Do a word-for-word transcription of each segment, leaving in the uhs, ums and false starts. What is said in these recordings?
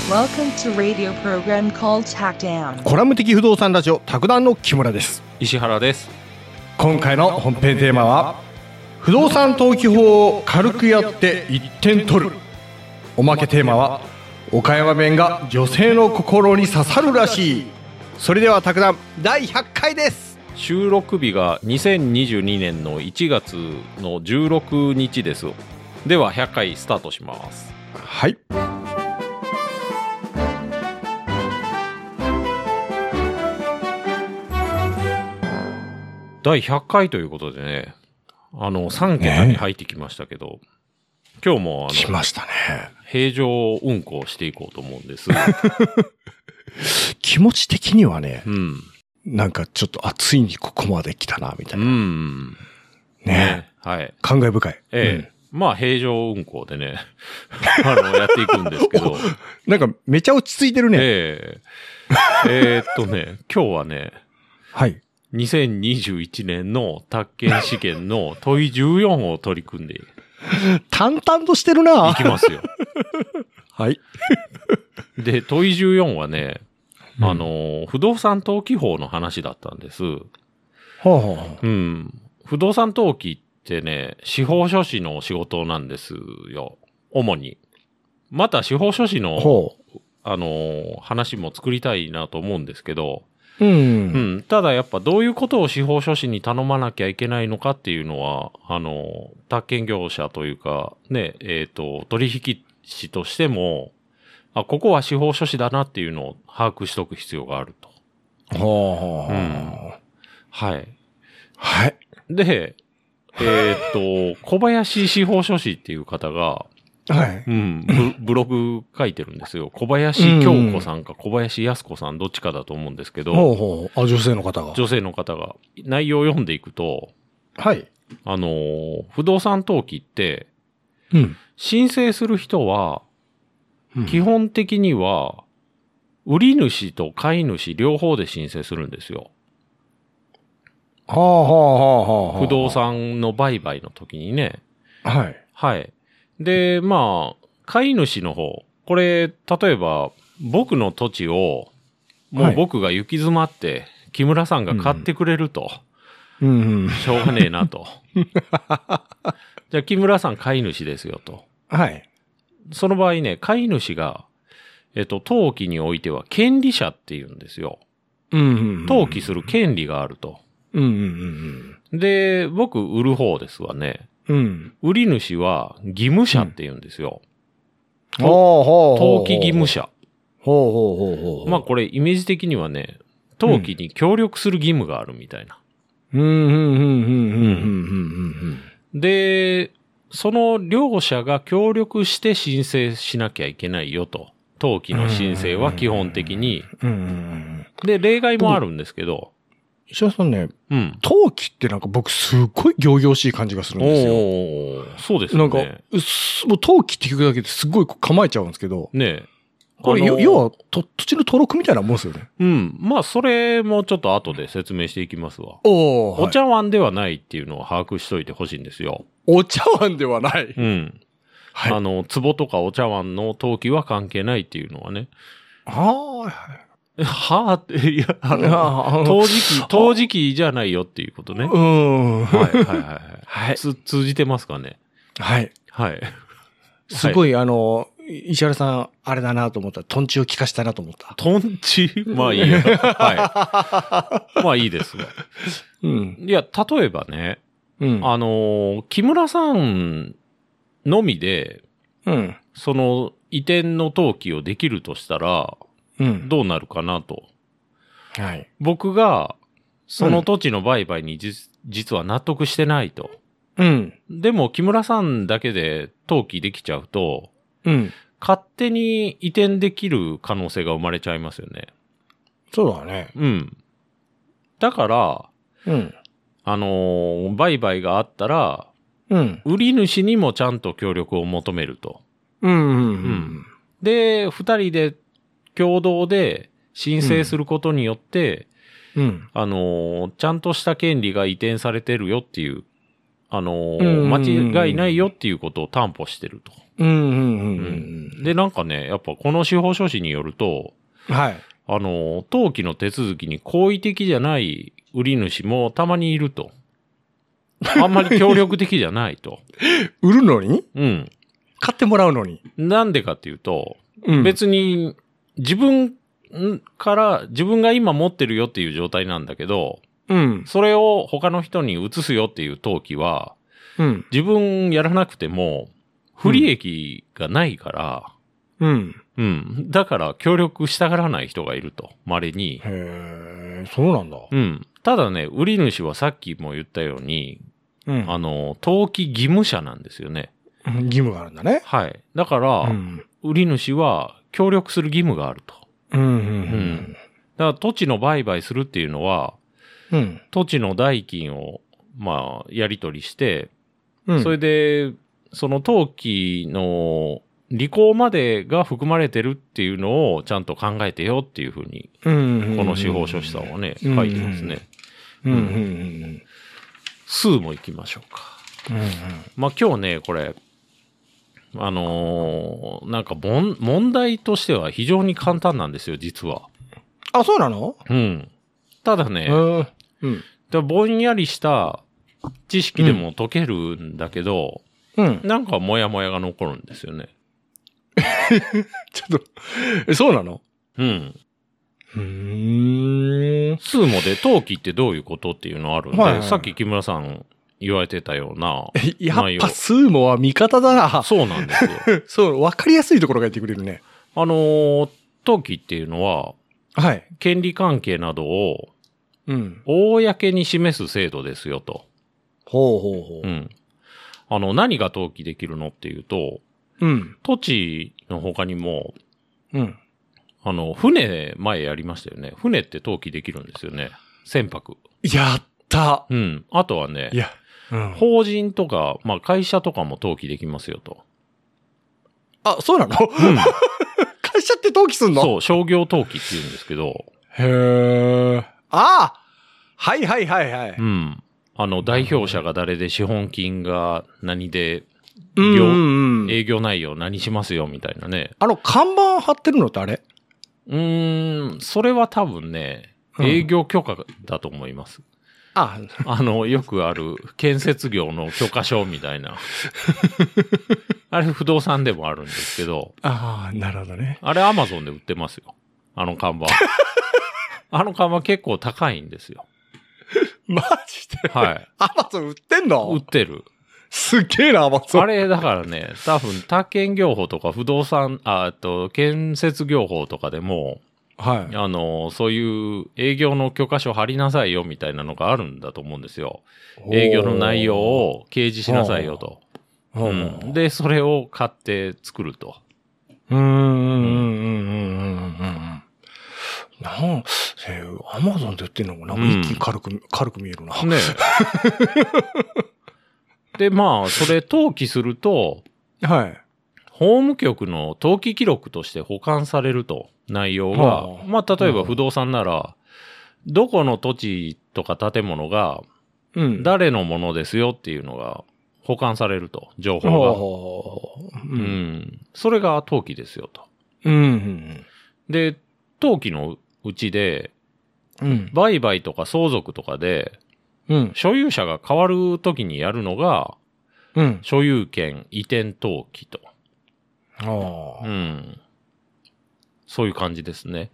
Welcome to radio program called Tackdown. コラム的不動産ラジオ卓談の木村です。 石原です。 今回の本編テーマは不動産登記法を軽くやっていってん取る。おまけテーマは岡山弁が女性の心に刺さるらしい。それでは卓談だいひゃっかいです。 収録日がにせんにじゅうにねんのいちがつのじゅうろくにちです。ではひゃっかいスタートします。 はい。 だいひゃっかいということでね、あのさんけたに入ってきましたけど、ね、今日もあの来ましたね。 平常運行していこうと思うんです。 気持ち的にはね、 うん、 なんかちょっとついにここまで来たなみたいな。 うん、 ね, ねはい。 感慨深い。 ええ、うん、まあ平常運行でね、あのやっていくんですけど、 なんかめちゃ落ち着いてるね。 えええー、っとね、今日はね、 はい。 にせんにじゅういちねんの宅建試験の問いじゅうよんを取り組んで淡々としてるな。 いきますよ。 はい。 で、問いじゅうよんはね、うん、あの不動産登記法の話だったんです。 はあはあ、 うん。不動産登記ってね、司法書士の仕事なんですよ。主に。また司法書士のあの話も作りたいなと思うんですけど。 うん、うんうん。ただやっぱどういうことを司法書士に頼まなきゃいけないのかっていうのは、あの、宅建業者というか、ね、えっと、取引士としても、あ、ここは司法書士だなっていうのを把握しとく必要があると。 はあ、 うん。はい。 はい。 で、えっと、小林司法書士っていう方が、 はい。 うん、ブ, ブログ書いてるんですよ。小林京子さんか小林靖子さんどっちかだと思うんですけど。 ほうほう。あ、女性の方が。 女性の方が。内容を読んでいくと、 はい。 あのー、不動産登記って、 うん。 申請する人は、うん、基本的には、売り主と買い主両方で申請するんですよ。 はあはあはあはあ。 不動産の売買の時にね。 はい。 はい。で、まあ、買い主の方。これ、例えば、僕の土地を、もう僕が行き詰まって、はい、木村さんが買ってくれると。 うんうん、 しょうがねえなと。じゃあ、木村さん買い主ですよと。 はい。 その場合ね、買い主が、えっと、登記においては権利者って言うんですよ。 うんうんうん、 登記する権利があると。 うんうんうんうん、 で、僕、売る方ですわね。 うん、 売り主は義務者って言うんですよ。 うん、登記義務者。 ほうほうほうほう。 まあこれイメージ的にはね、登記に協力する義務があるみたいな。 うん、うん、うん、うん、うん、うん、 うん。で、その両者が協力して申請しなきゃいけないよと。登記の申請は基本的に。 うん、 で、例外もあるんですけど。 石原さんね、 うん。 登記ってなんか僕すっごい仰々しい感じがするんですよ。 おそうですね。 なんか、もう登記って聞くだけですごい構えちゃうんですけど。 ねえ。 これ、要はと、土地の登録みたいなもんですよね。 うん。まあ、それもちょっと後で説明していきますわ。 おお茶碗ではないっていうのを把握しといてほしいんですよ。 お茶碗ではない。 うん。はい。あの、壺とかお茶碗の登記は関係ないっていうのはね。 はあ。 はあって、いや、あの、陶磁器、陶磁器じゃないよっていうことね。 うん。 はい、はい、はい。 はい。 つ、通じてますかね。 はい。 はい。 すごい、あの、石原さん、あれだなと思った。トンチを聞かしたなと思った。 トンチまあいいや。はい。まあいいですわ。 うん。 いや、例えばね、 うん、 あの、木村さんのみで、 うん。 その移転の登記をできるとしたら、 うん、 どうなるかなと。 はい。 僕が、その土地の売買にじ、うん、実は納得してないと。 うん。 でも、木村さんだけで登記できちゃうと、 うん。 勝手に移転できる可能性が生まれちゃいますよね。 そうだね。 うん。だから、 うん。 あのー、売買があったら、 うん。 売り主にもちゃんと協力を求めると。 うん。うん。うんうんで、二人で共同で申請することによって、 うん。 あのー、ちゃんとした権利が移転されてるよっていう、あのーうん、 間違いないよっていうことを担保してると。 うんうんうんうん。で、なんかね、やっぱこの司法書士によると、 はい。 あの、登記の手続きに好意的じゃない売り主もたまにいると。あんまり協力的じゃないと。 売るのにうん。 買ってもらうのに。 なんでかっていうと、 うん別に自分から自分が今持ってるよっていう状態なんだけど、 うん。 それを他の人に移すよっていう登記は、 うん。 自分やらなくても不利益がないから、 うん。 うん。だから協力したがらない人がいると、稀に。 へえ、そうなんだ。 うん。ただね、売り主はさっきも言ったように、 うん。 あの、登記義務者なんですよね。 義務があるんだね。 はい。だから、 うん。 売り主は協力する義務があると。 うん。う。 うんん。だから土地の売買するっていうのは、 うん。 土地の代金を、まあ、やり取りして、 うん。 それで、その登記の履行までが含まれてるっていうのをちゃんと考えてよっていうふうに、 うん。 この司法書士さんはね、 うん書いてますね。 うん。うん。うん。 数も行きましょうか。 うん。 まあ今日ね、これ、あのーなんかもん問題としては非常に簡単なんですよ、実は。 あ、そうなの？ うん。ただね、 うん。うん。 でぼんやりした知識でも解けるんだけど、 うん。 なんかモヤモヤが残るんですよね。 ちょっと、え、そうなの？ うん。 うーん。 スーモで登記ってどういうことっていうのあるんで、 はいはいさっき木村さん言われてたようなや内容っぱスーモは味方だな。 そうなんですよ。 そう、わかりやすいところが言ってくれるね。 あのー登記っていうのは、 はい。 権利関係などをうん。 公に示す制度ですよと。 ほうほうほう。 うん。あの、何が登記できるのっていうと、 うん。 土地の他にも、 うん。 あの、船前やりましたよね。船って登記できるんですよね。船舶。 やった。 うん。あとはねい、や。うん。 法人とか、まあ会社とかも登記できますよと。 あ、そうなの？ うん。 会社って登記すんの？ そう、商業登記って言うんですけど、 へー。ああはいはいはいはい。 うん。あの、代表者が誰で資本金が何で、 うんうんうん。 営業内容何しますよみたいなね。 あの、看板貼ってるのってあれ？ うーん、それは多分ね、 うん営業許可だと思います。 あ、 あの、よくある建設業の許可証みたいな。あれ不動産でもあるんですけど、 ああ、なるほどね。 あれアマゾンで売ってますよ。あの看板。あの看板結構高いんですよ。 マジで？ はい。 アマゾン売ってんの？ 売ってる。 すっげえな、アマゾン。 あれ、だからね、多分、宅建業法とか不動産、あ、あと、建設業法とかでも、 はい。 あの、そういう営業の許可書貼りなさいよみたいなのがあるんだと思うんですよ。営業の内容を掲示しなさいよと。 ほう、 うん、で、それを買って作ると。 うーん、うん、うん、うん、うん、うん。なん、えー、アマゾンで売ってんのもなんか一気に軽く、軽く見えるな。 ねえ。で、まあ、それ登記すると、 はい。 法務局の登記記録として保管されると、内容が。 はあまあ、例えば不動産なら、どこの土地とか建物がうん。 誰のものですよっていうのが保管されると、情報が。 ほう。う。 うんん。それが登記ですよと。 うん。うん。 で、登記のうちで、 うん。 売買とか相続とかで、 うん。 所有者が変わるときにやるのが、 うん。 所有権移転登記と。 ああ。 うん。そういう感じですね。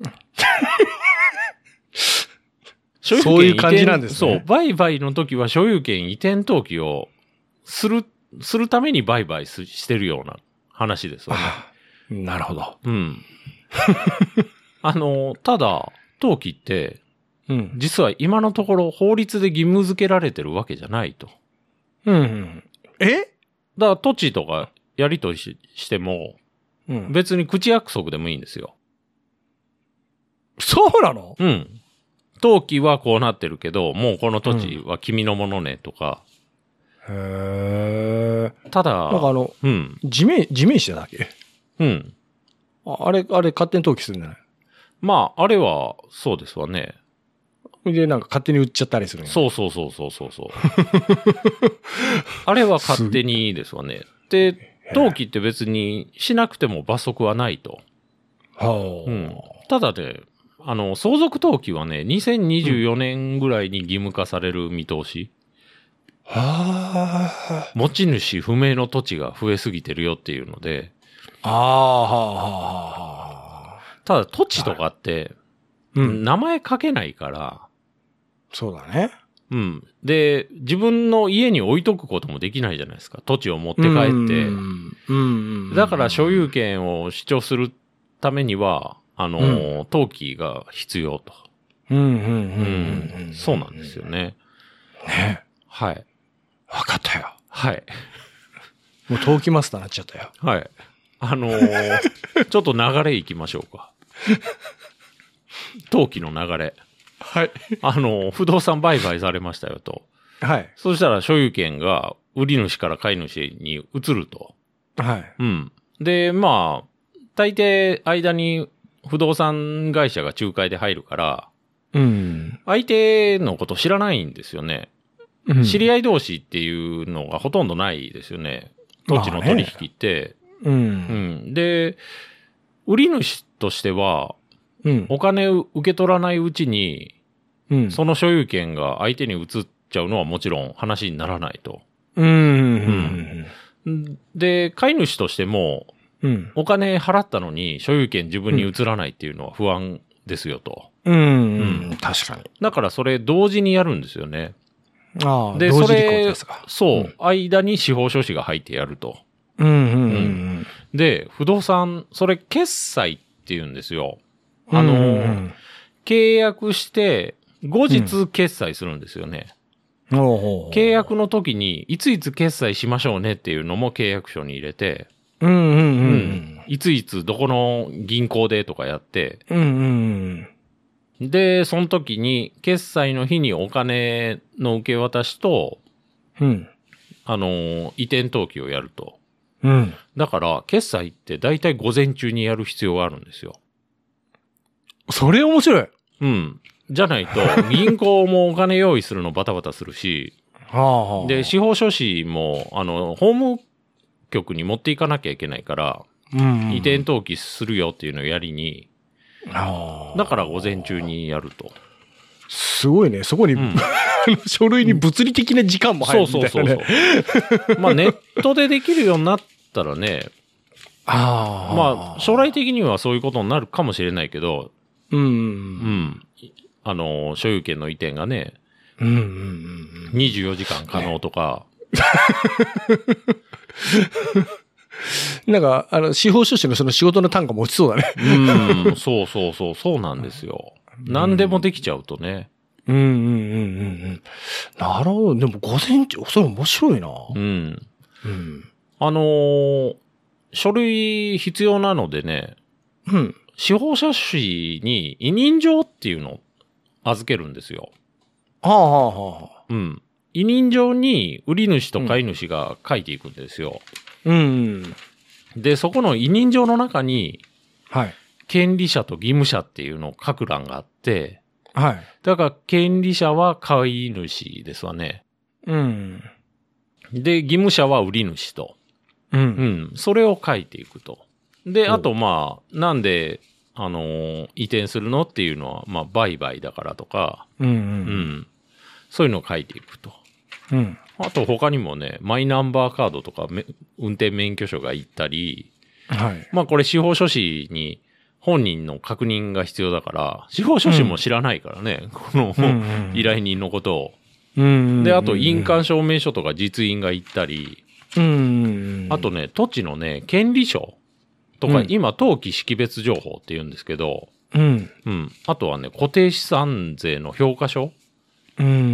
所有権そういう感じなんですねそう。売買の時は所有権移転登記をする、するために売買すしてるような話ですよね。 なるほど。 うん。あの、ただ、登記って、 うん。 実は今のところ法律で義務付けられてるわけじゃないと。 うん。え？ だから土地とかやり取りししても、 うん。 別に口約束でもいいんですよ。 そうなの？ うん。登記はこうなってるけど、もうこの土地は君のものねとか。 へえ。 ただ、 なんかあの、 うん。 地面、地面師だっけ？ うん。 ああれ、あれ勝手に登記するんじゃない？ まあ、あれは、そうですわね。 で、なんか勝手に売っちゃったりするんや。 そうそうそうそうそうそう。あれは勝手にですわね。で、 登記って別にしなくても罰則はないと。 はあ。 うん。ただね、あの、相続登記はね、にせんにじゅうよねんぐらいに義務化される見通し。 はあ。 持ち主不明の土地が増えすぎてるよっていうので。 ああ、はあ、はあ。 ただ土地とかって、うん、名前書けないから。 そうだね。 うん。で、自分の家に置いとくこともできないじゃないですか。土地を持って帰って。うんうん、だから所有権を主張するためには、あの、うん、登記が必要と。 うんうんうんうん。 そうなんですよね。 ね。 はい。 わかったよ。 はい。 もう登記マスターになっちゃったよ。 はい。あのー、ちょっと流れいきましょうか。登記の流れ。 はい。 あの、不動産売買されましたよと。 はい。 そしたら所有権が売り主から買い主に移ると。 はい。 うん。で、まあ、大抵間に不動産会社が仲介で入るから、 うん。 相手のこと知らないんですよね。うん、知り合い同士っていうのがほとんどないですよね。土地の取引って。 まあね、うん。 うん。で、売り主としては、 うん、 お金を受け取らないうちに、 うん、 その所有権が相手に移っちゃうのはもちろん話にならないと。 うん。 うん、で、買い主としても、 うん、 お金払ったのに所有権自分に移らないっていうのは不安ですよと。 うん。うん、確かに。 だからそれ同時にやるんですよね。 ああ、 で、 同時それ、 ですか。 そう、 うん、 間に司法書士が入ってやると。 うん、うん、うん。 で、不動産、それ決済って言うんですよ。あの、 うんうんうん、 契約して、後日決済するんですよね。 うん、 契約の時に、いついつ決済しましょうねっていうのも契約書に入れて、 うんうんうんうんうん、いついつどこの銀行でとかやって、 うんうんうん、で、その時に、決済の日にお金の受け渡しと、 うん、 あの、移転登記をやると。 うん、 だから、決済って大体午前中にやる必要があるんですよ。 それ面白い。 うん。じゃないと、銀行もお金用意するのバタバタするし、 はあはあ、 で、司法書士も、あの、法務局に持っていかなきゃいけないから、 うんうん、 移転登記するよっていうのをやりに、 はあ、 だから午前中にやると。 すごいね。そこに、うん、書類に物理的な時間も入るみたいな、ね。 そうそうそうそう。まあ、ネットでできるようになったらね、 あまあ、将来的にはそういうことになるかもしれないけど、 うん。うん。 うん。あの、所有権の移転がね、 うんうんうん、 にじゅうよじかん可能とか。 ね、なんか、あの、司法書士のその仕事の単価も落ちそうだね。 うん、そうそうそう、そうなんですよ。うん、何でもできちゃうとね。 うんうんうんうんうん。なるほど。でも午前中、それ面白いな。 うん。 うん。 あのー、書類必要なのでね、 うん。 司法書士に委任状っていうのを預けるんですよ。 はあはあはあ。 うん。委任状に売り主と買い主が書いていくんですよ。 うん。 で、そこの委任状の中に、 はい。 権利者と義務者っていうのを書く欄があって、 はい。 だから権利者は買い主ですわね。 うん。 で、義務者は売り主と。 うん。 うん。それを書いていくと。で、あとまあ、なんで、あのー、移転するのっていうのは、まあ、売買だからとか、 うんうん。 うん。そういうのを書いていくと。 うん。 あと他にもね、マイナンバーカードとか、運転免許証がいったり、 はい。 まあこれ司法書士に本人の確認が必要だから、司法書士も知らないからね、うん、この、うんうん、依頼人のことを。 うんうんうんうん、 で、あと印鑑証明書とか実印がいったり、 うんうんうん、 あとね、土地のね、権利書とか、うん、今、登記識別情報って言うんですけど、 うん。 うん。あとはね、固定資産税の評価書、 うんうんうん、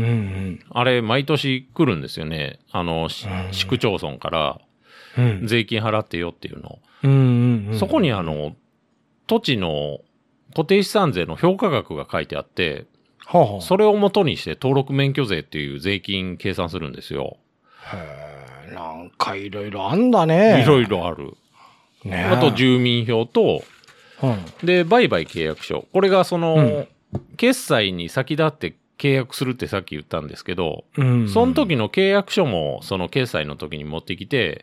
あれ、毎年来るんですよね。あの、うん、市区町村から、税金払ってよっていうの。 うんうんうん、 そこにあの、土地の固定資産税の評価額が書いてあって、 はあはあ、 それを元にして登録免許税っていう税金計算するんですよ。 へえ、なんかいろいろあんだね。 いろいろある。ね、あと住民票と、うん、で、売買契約書。これがその、うん、決済に先立って契約するってさっき言ったんですけど、うん、その時の契約書もその決済の時に持ってきて、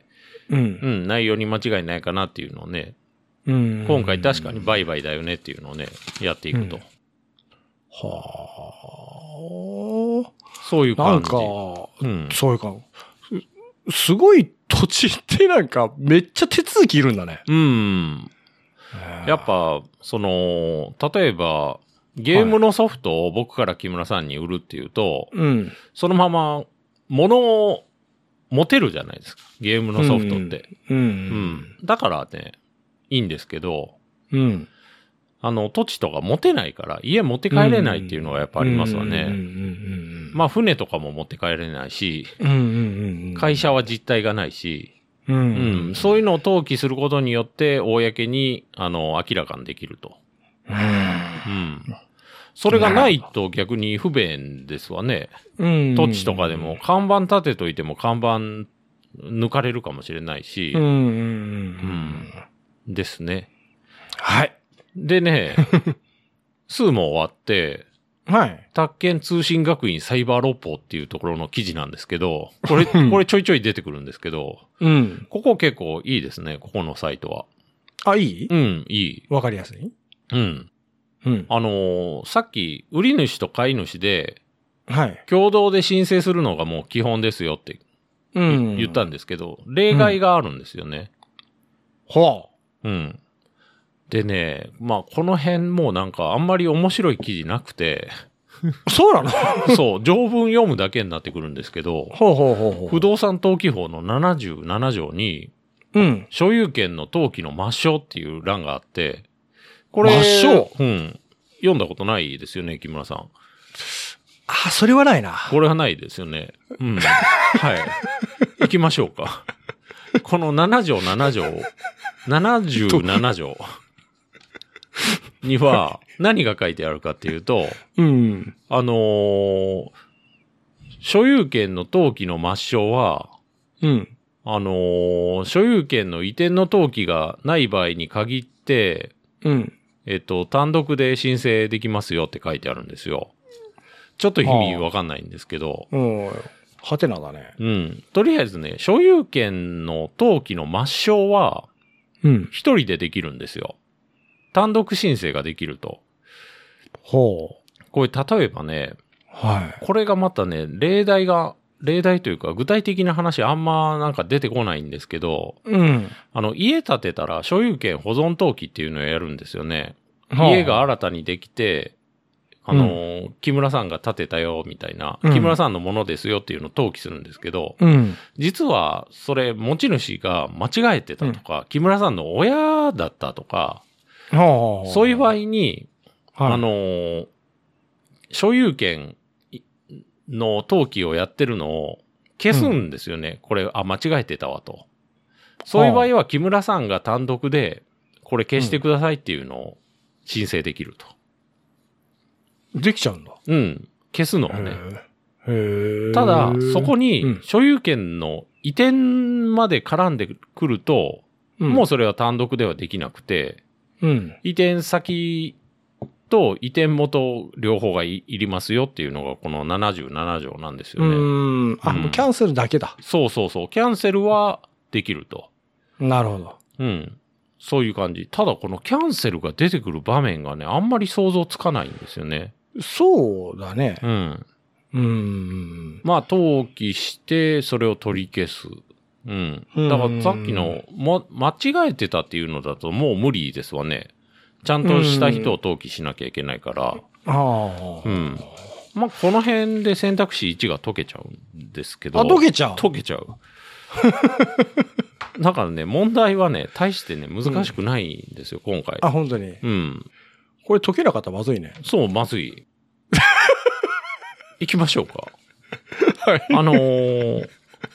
うんう。ん、内容に間違いないかなっていうのをね、 うん。 今回確かに売買だよねっていうのをね、やっていくと。 うんはあ。 そういう感じ。 なんか、 うん。 そういうか、すすごい土地ってなんかめっちゃ手続きいるんだね。 うん。やっぱ、その、例えば、ゲームのソフトを僕から木村さんに売るっていうと、 うん。 そのまま、物を持てるじゃないですか。ゲームのソフトって。 うん。ううん。 ん。 だからね、いいんですけど、 うん。 あの、土地とか持てないから、家持って帰れないっていうのはやっぱありますわね。 うんうんうんうん。 まあ、船とかも持って帰れないし、 うんうんうん。 会社は実体がないし、 うんううんん、そういうのを登記することによって、公に、あの、明らかにできると。 うん。 うん。それがないと逆に不便ですわね。 うん。 土地とかでも、看板立てといても看板抜かれるかもしれないしうん、うんうん。 うん。ですね。 はい。 でね、数も終わって、 はい。 宅建通信学院サイバー六法っていうところの記事なんですけど、これ、 うんこれちょいちょい出てくるんですけど、 うん。 ここ結構いいですね、ここのサイトは。 あ、いいうん、いい。 わかりやすいうん。 うん。 あのーさっき、売り主と買い主で、 はい。 共同で申請するのがもう基本ですよってうん。 言ったんですけど、例外があるんですよね。 ほうん。でね、まあ、この辺もなんかあんまり面白い記事なくて、 う。そうなのそう、条文読むだけになってくるんですけど、 ほうほうほうほう。 不動産登記法のななじゅうなな条に、 うん。 所有権の登記の抹消っていう欄があって、これ、 抹消うん。読んだことないですよね、木村さん。 あ、それはないな。 これはないですよね。うん。はい。行きましょうか。このなな条なな条、ななじゅうなな条には何が書いてあるかっていうと、 うん。 あのー所有権の登記の抹消は、 うん。 あのー所有権の移転の登記がない場合に限って、 うん。 えっと、単独で申請できますよって書いてあるんですよ。ちょっと意味わかんないんですけど、 うん。はてなだね。 うん。とりあえずね、所有権の登記の抹消は、 うん。 一人でできるんですよ。単独申請ができると。 ほう。 これ、例えばね、 はこれがまたね、例題が、例題というか、具体的な話あんまなんか出てこないんですけど、 い。うん。 あの、家建てたら所有権保存登記っていうのをやるんですよね。 はあ家が新たにできて、あのー木村さんが建てたよ、みたいな、 うん木村さんのものですよっていうのを登記するんですけど、 うん。 実は、それ、持ち主が間違えてたとか、木村さんの親だったとか、 はあ。 そういう場合に、 はい、 あのー所有権の登記をやってるのを消すんですよね。これ、あ、間違えてたわと。そういう場合は、木村さんが単独で、これ消してくださいっていうのを申請できると。 できちゃうんだ。 うん。消すのをね。 へえ。 ただ、そこうにん、 所有権の移転まで絡んでくると、 うん、 もうそれは単独ではできなくて、 うん。 移転先と移転元両方が い, いりますよっていうのがこのななじゅうなな条なんですよね。 うん。あ、 うんもうキャンセルだけだ。 そうそうそう。キャンセルはできると。 なるほど。 うん。そういう感じ。ただこのキャンセルが出てくる場面がね、あんまり想像つかないんですよね。 そうだね。 うん。 うん。 まあ、登記して、それを取り消す。うん。だからさっきの、ま、間違えてたっていうのだともう無理ですわね。ちゃんとした人を登記しなきゃいけないから。 ああ。 うん。まあ、この辺で選択肢いちが解けちゃうんですけど。 あ、解けちゃう解けちゃう。だからね、問題はね、大してね、難しくないんですよ、今回。 あ、本当に。 うん。 これ解けなかったらまずいね。 そう、まずい。行きましょうか。 はい。 あのー、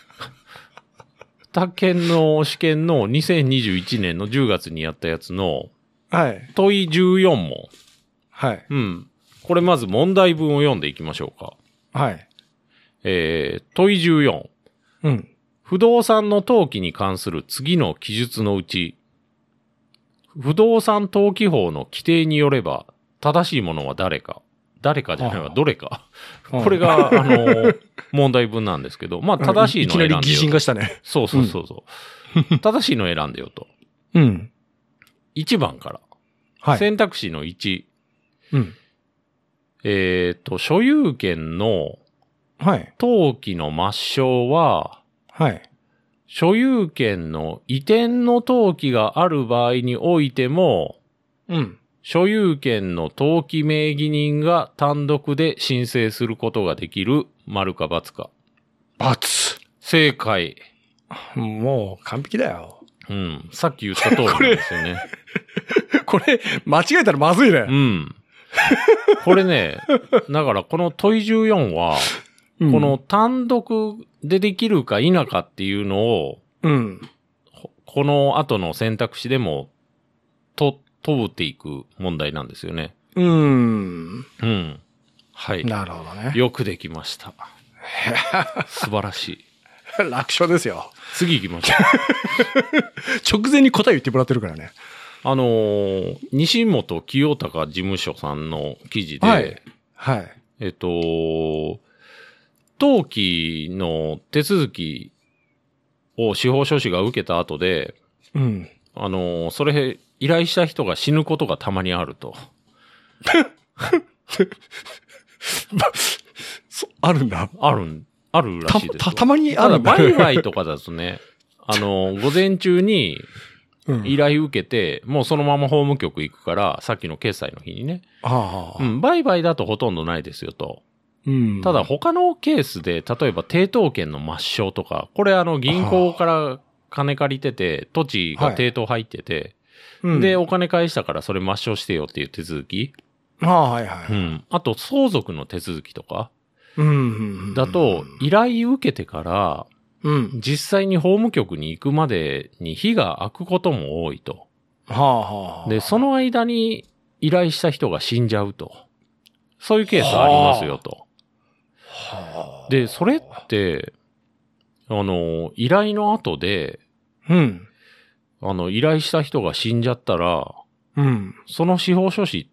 宅建の試験のにせんにじゅういちねんのじゅうがつにやったやつのはい。 問いじゅうよん問。 はい。 うん。これまず問題文を読んでいきましょうか。 はい。 えー、問いじゅうよん。 うん。 不動産の登記に関する次の記述のうち、不動産登記法の規定によれば、正しいものは誰か。 誰かじゃないわ、 はあどれか。 はあこれが、あの、問題文なんですけど、まあ、正しいのを選んでよ。 いきなり擬人化したね。 そうそうそうそう。正しいのを選んでよと。 うん。 いちばんから。 はい。 選択肢のいち。 うん。 えっと、所有権のはい。 登記の抹消は、 はい。 所有権の移転の登記がある場合においても、 うん。 所有権の登記名義人が単独で申請することができる、丸か×か。 ×。 正解。 もう完璧だよ。 うん。さっき言った通りなんですよね。 これ、間違えたらまずいね。 うん。これね、だからこの問いじゅうよんは、 うんこの単独でできるか否かっていうのを、 うん。 この後の選択肢でも、と、問うていく問題なんですよね。 うーん。 うん。はい。 なるほどね。 よくできました。素晴らしい。 楽勝ですよ。 次行きましょう。 直前に答え言ってもらってるからね。 あのー、西本清隆事務所さんの記事で、 はい。はい。 えっと、登記の手続きを司法書士が受けた後で、 うん。 あのー、それ、依頼した人が死ぬことがたまにあると。 そあるんだ。 あるん、あるらた、 しいですよ。 た、たまにあただ、 るんだ。 売買とかだとね、あのー、午前中にうん。 依頼受けて、もうそのまま法務局行くから、さっきの決済の日にね。 はあ、 うん、売買だとほとんどないですよと。 うん。 ただ他のケースで、例えば抵当権の抹消とか、これあの銀行から金借りてて、土地が抵当入ってて、 うん、 で、お金返したからそれ抹消してよっていう手続き。 はあ、はいはい。 う。ん。あと相続の手続きとか、 うん。うんだと、依頼受けてから、 うん。 実際に法務局に行くまでに日が空くことも多いと。 はあ、はあ。 で、その間に依頼した人が死んじゃうと。そういうケースありますよと。 はあ、 で、それって、あの、依頼の後で、 うん。 あの、依頼した人が死んじゃったら、 うん。 その司法書士って、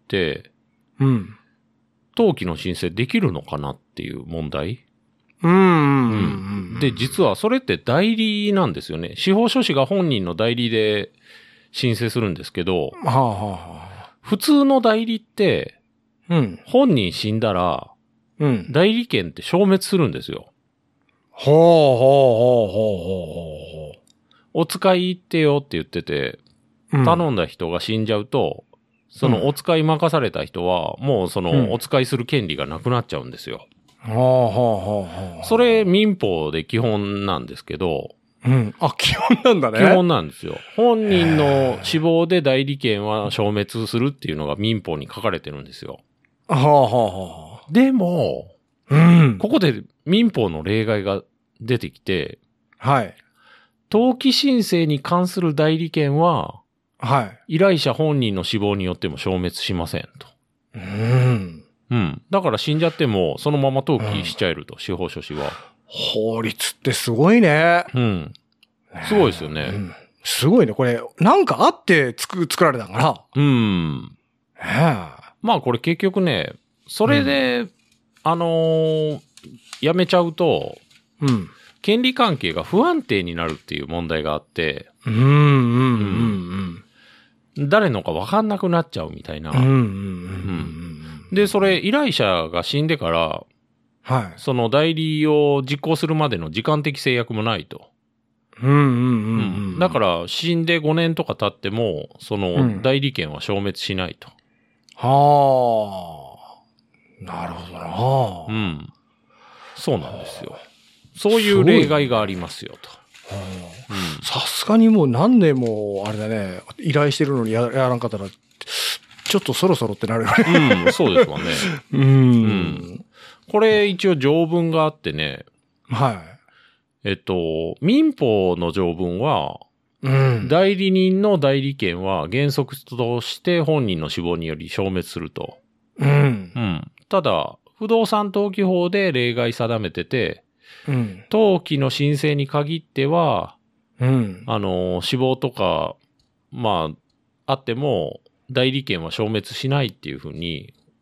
うん。 登記の申請できるのかなっていう問題。 うん。うん。 で、実はそれって代理なんですよね。司法書士が本人の代理で申請するんですけど、 はあ、はあ、はあ。 普通の代理って、 うん。 本人死んだら、 うん。 代理権って消滅するんですよ。 ほうほうほうほうほうほお使い行ってよって言ってて、 う。うん、 頼んだ人が死んじゃうと、そのお使い任された人は、もうそうんのお使いする権利がなくなっちゃうんですよ。 ほうほうほうほう。 それ民法で基本なんですけど、 うん。あ、基本なんだね。 基本なんですよ。本人の死亡で代理権は消滅するっていうのが民法に書かれてるんですよ。 はあ、はあ、はあ。 でも、 うん。 ここで民法の例外が出てきて、 はい。 登記申請に関する代理権は、 はい。 依頼者本人の死亡によっても消滅しませんと。 うん。 うん。だから死んじゃっても、そのまま登記しちゃえると、司法書士は。 法律ってすごいね。 うん。すごいですよね。 うん。すごいね。これ、なんかあってつく、作られたかうん。 ら。ねまあこれ結局ね、それで、あのーやめちゃうと、 え。うん。 権利関係が不安定になるっていう問題があって、 うん、うん、うん、 誰のか分かんなくなっちゃうみたいな。 うん。うん、うん、うん。 で、それ依頼者が死んでから、 はい。 その代理を実行するまでの時間的制約もないと。 うん、うん、うん。うんだから死んでごねんとか経っても、その代理権は消滅しないと。 はあ。なるほどな。 うん。そうなんですよ。そういう例外がありますよと。 さすがにもう何年も、あれだね、依頼してるのにややらんかったら、ちょっとそろそろってなるよね。 うん、そうですわね。 う。 うんん。これ一応条文があってね、 はえっと、民法の条文は、 い。うん。 代理人の代理権は原則として本人の死亡により消滅すると。 うんう。ん。ただ、不動産登記法で例外定めてて、 うん。 登記の申請に限っては、 うん。 あの、死亡とか、まあ、あっても、代理権は消滅しないっていうふうに、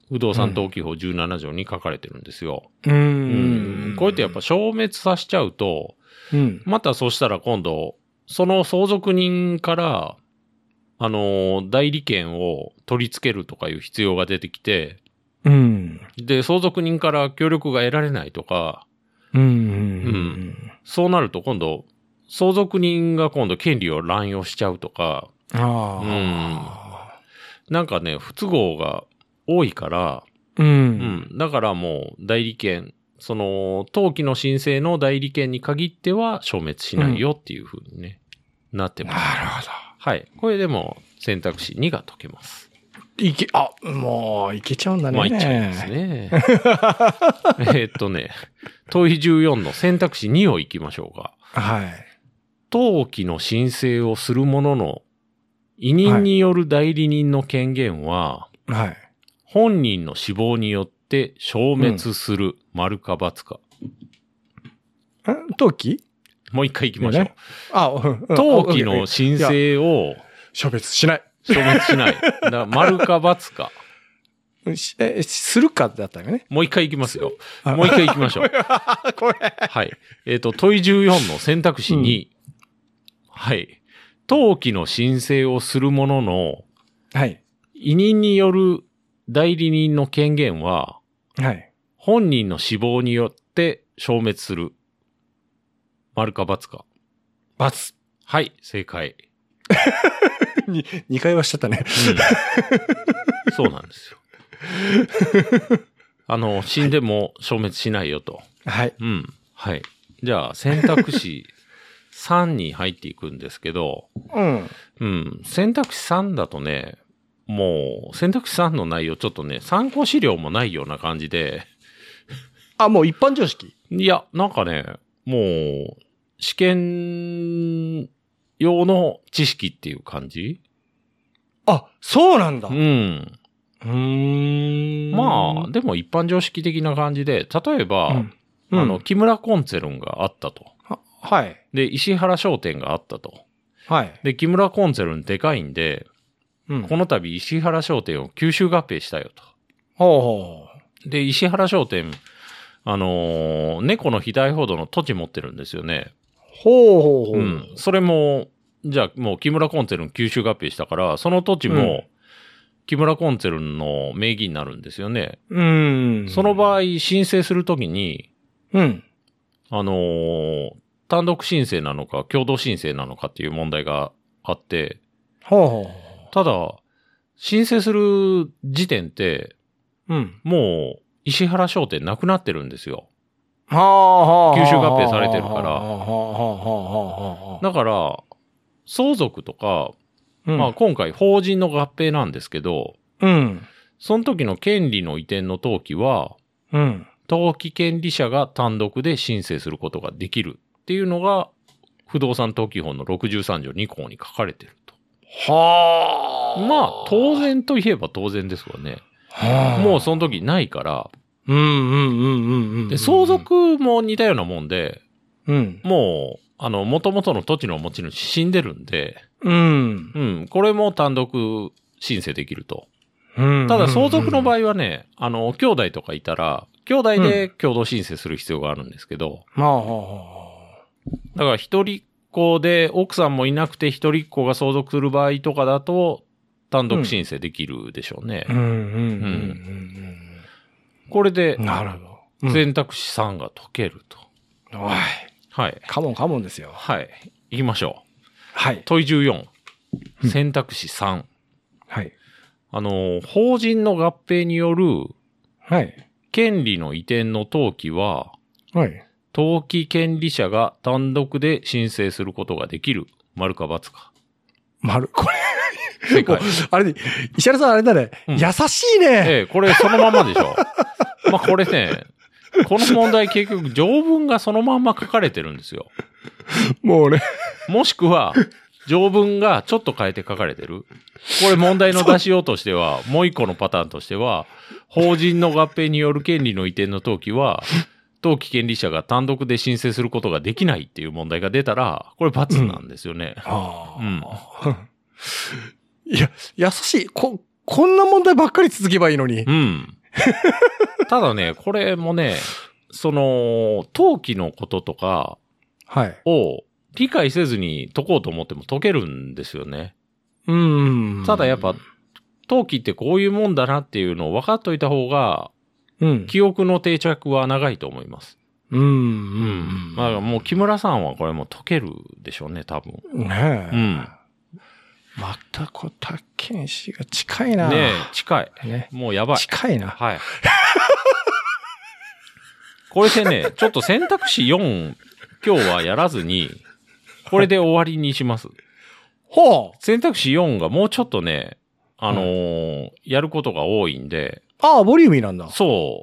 不動産登記法じゅうなな条に書かれてるんですよ。 うん。 うん。こうやってやっぱ消滅させちゃうと、 うん。 またそしたら今度、その相続人から、あの、代理権を取り付けるとかいう必要が出てきて、 うん。 で、相続人から協力が得られないとか、 うん。ううんん。 そうなると今度、相続人が今度権利を乱用しちゃうとか、 ああ。なんかね、不都合が多いから、 うん。 うん。だからもう代理権、その、登記の申請の代理権に限っては消滅しないよっていう風にね、うん、なってます。 なるほど。 はい。これでも選択肢にが解けます。 いけ、あ、もう、いけちゃうんだね。 まあ、いっちゃいますね。えっとね、問いじゅうよんの選択肢にを行きましょうか。 はい。 登記の申請をする者の委任による代理人の権限は、 はい。 本人の死亡によって消滅する、丸か×か。 ん登記もう一回行きましょう。 ね、あ、うん、 登記の申請を消滅しない。 消滅しない。だから丸か×か。 え、するかだったよね。 もう一回行きますよ。もう一回行きましょう。 これ。 はい。えっと、問いじゅうよんの選択肢に、うん、はい。登記の申請をする者の、 はい。 委任による代理人の権限は、 はい。 本人の死亡によって消滅する。丸か×か。 ×。 はい、正解。 に、にかいはしちゃったね。 うん、そうなんですよ。あの、死んでも消滅しないよと。 はい。 うん。はい。じゃあ、選択肢さんに入っていくんですけど、 うん。 うん。選択肢さんだとね、もう、選択肢さんの内容ちょっとね、参考資料もないような感じで。 あ、もう一般常識？ いや、なんかね、もう、試験用の知識っていう感じ？ あ、そうなんだ。 うん。 うーん。 まあ、でも一般常識的な感じで、例えば、うんうん、あの、木村コンツェルンがあったと。 は、はい。 で、石原商店があったと。 はい。 で、木村コンツェルンでかいんで、うん、この度石原商店を吸収合併したよと。 ほうほう。で、石原商店、あのー、猫の肥大ほどの土地持ってるんですよね。 ほうほうほう。うん。 それも、じゃあもう木村コンツェルン吸収合併したから、その土地も、木村コンツェルンの名義になるんですよね。 うん。 その場合、申請するときに、 うん。 あのー、単独申請なのか、共同申請なのかっていう問題があって、 ほうほう。 ただ、申請する時点って、 うん。 もう、石原商店なくなってるんですよ。 はあはあ。 吸収合併されてるから。 はあはあはあはあ。 だから、相続とか、 うん、 まあ今回法人の合併なんですけど、 うん。 その時の権利の移転の登記は、 うん。 登記権利者が単独で申請することができるっていうのが、不動産登記法のろくじゅうさん条に項に書かれてると。 はあ。 まあ、当然といえば当然ですわね。はあ。もうその時ないから。 うんうんうんうんうん。 で、相続も似たようなもんで、 うん。 もう、あの、元々の土地の持ち主死んでるんで、 うん。 うん。これも単独申請できると。 うん。 ただ相続の場合はね、あの、兄弟とかいたら、兄弟で共同申請する必要があるんですけど、 まあ、 だから一人っ子で奥さんもいなくて一人っ子が相続する場合とかだと、単独申請できるでしょうね。 うん。うん。うん。うんこれで、 なるほど。 選択肢さんが解けると。 はい。 はい。 カモンカモンですよ。 はい。行きましょう。 はい。 問いじゅうよん。選択肢さん。 はい。 あの、法人の合併による、 はい。 権利の移転の登記は、 はい。 登記権利者が単独で申請することができる。丸か×か。 丸。これ。 正解。 あれ、石原さんあれだね。うん、優しいね。 ええ、これそのままでしょ。まあこれね、この問題結局条文がそのまんま書かれてるんですよ。 もうね。 もしくは、条文がちょっと変えて書かれてる。これ問題の出しようとしては、もう一個のパターンとしては、法人の合併による権利の移転の登記は、登記権利者が単独で申請することができないっていう問題が出たら、これ×なんですよね。 うん。 うん、 いや、優しい。こ、こんな問題ばっかり続けばいいのに。 うん。 ただね、これもね、その、陶器のこととかはい。 を理解せずに解こうと思っても解けるんですよね。 うーん。 ただやっぱ、陶器ってこういうもんだなっていうのを分かっといた方が、 うん。 記憶の定着は長いと思います。 うん。ううん。 ん。 まあもう木村さんはこれも解けるでしょうね、多分。 ねえ。 うん。 またこたけん氏が近いな。 ねえ、近い。 ね。 もうやばい。 近いな。 はい。これでね、ちょっと選択肢よん、今日はやらずに、これで終わりにします。 ほう。 選択肢よんがもうちょっとね、あのーうん、やることが多いんで。 ああ、ボリューミーなんだ。 そう。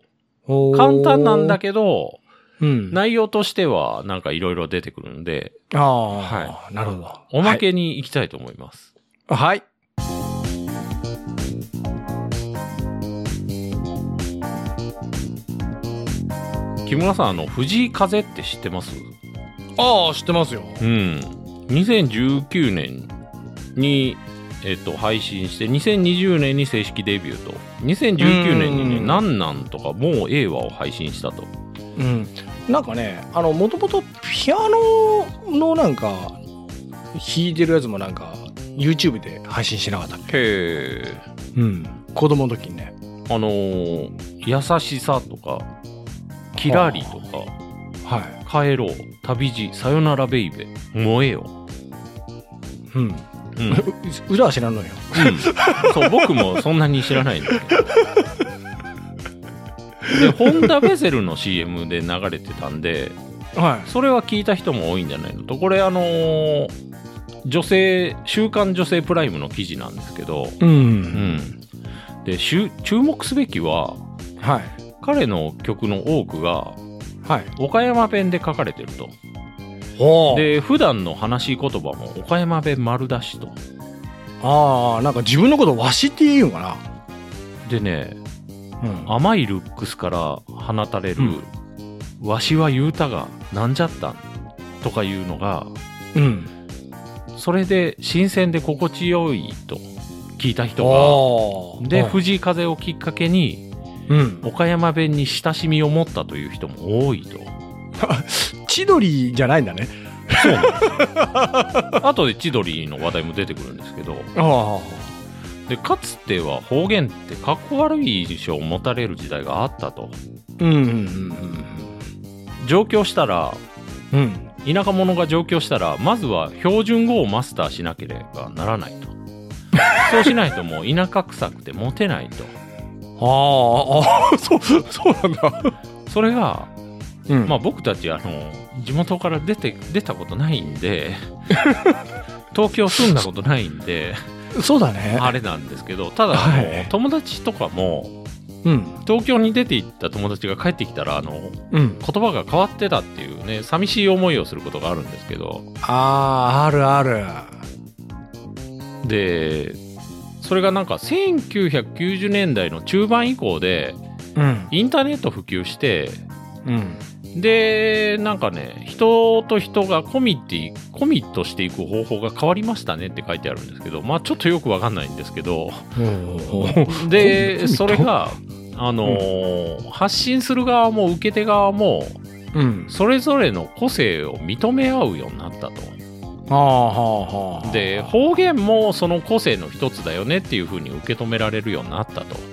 簡単なんだけど、 うん、 内容としてはなんかいろいろ出てくるんで。 ああ、 はい。 なるほど。 おまけに行きたいと思います。 はい。はい木村さん、あの、藤井風って知ってます？ ああ、知ってますよ。 うん。にせんじゅうきゅうねんに、えっと、配信して、にせんにじゅうねんに正式デビューと、にせんじゅうきゅうねんにね、なんなんとかもう映画を配信したと。 うん。なんかね、あの、もともとピアノのなんか、弾いてるやつもなんか、YouTube で配信しなかったっけ？ へえ。 うん。子供の時にね。 あのー、優しさとか、キラリとか、 はい。 帰ろう、旅路、さよならベイベ、燃えよ。 うん。うん、裏は知らんのよ。 うん。そう、僕もそんなに知らないんだけど。で、ホンダベゼルの シーエム で流れてたんで、 はい。 それは聞いた人も多いんじゃないのと、これあのー、女性、週刊女性プライムの記事なんですけど、 うん。うんうんで、注目すべきは、 はい。 彼の曲の多くが、 はい。 岡山弁で書かれてると。で、普段の話し言葉も岡山弁丸出しと。 ああ、なんか自分のことわしって言うんかな。 でね、 うん、 甘いルックスから放たれる、うん、わしは言うたがなんじゃったんとかいうのが、うん、それで新鮮で心地よいと聞いた人が、で、藤井風をきっかけに、うん、岡山弁に親しみを持ったという人も多いと。 千鳥じゃないんだね。 そうなんですよ。あとで千鳥の話題も出てくるんですけど、 あでかつては方言ってかっこ悪い印象を持たれる時代があったと。 うんうんうんうん、 上京したら、うん、田舎者が上京したらまずは標準語をマスターしなければならないと。そうしないともう田舎臭くてモテないと。 ああ、そう、そうなんだ。 それが、うん、まあ僕たちあの地元から出て出たことないんで東京住んだことないんでそうだね、 あれなんですけど、ただあの、はい、友達とかも、うん、東京に出て行った友達が帰ってきたらあの、うん、言葉が変わってたっていうね、寂しい思いをすることがあるんですけど、 あー、あるある。 でそれがなんかせんきゅうひゃくきゅうじゅうねんだいの中盤以降で、うん、インターネット普及して、うん、でなんかね、人と人がコミッティコミットしていく方法が変わりましたねって書いてあるんですけど、まあちょっとよくわかんないんですけどでそれがあのーうん、発信する側も受け手側も、うん、それぞれの個性を認め合うようになったと。はあはあはあ、で方言もその個性の一つだよねっていう風に受け止められるようになったと。